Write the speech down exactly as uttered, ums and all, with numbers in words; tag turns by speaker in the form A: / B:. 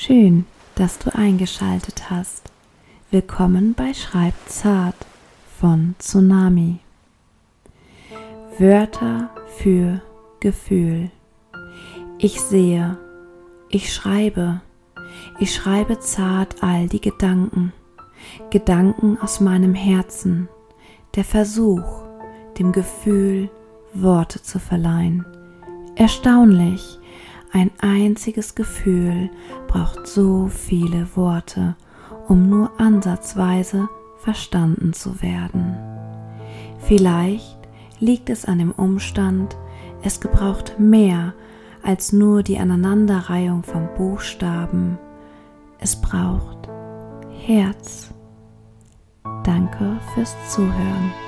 A: Schön, dass du eingeschaltet hast. Willkommen bei Schreib zart von Tsunami. Wörter für Gefühl. Ich sehe, ich schreibe, ich schreibe zart all die Gedanken, Gedanken aus meinem Herzen, der Versuch, dem Gefühl Worte zu verleihen. Erstaunlich, ein einziges Gefühl braucht so viele Worte, um nur ansatzweise verstanden zu werden. Vielleicht liegt es an dem Umstand, es gebraucht mehr als nur die Aneinanderreihung von Buchstaben. Es braucht Herz. Danke fürs Zuhören.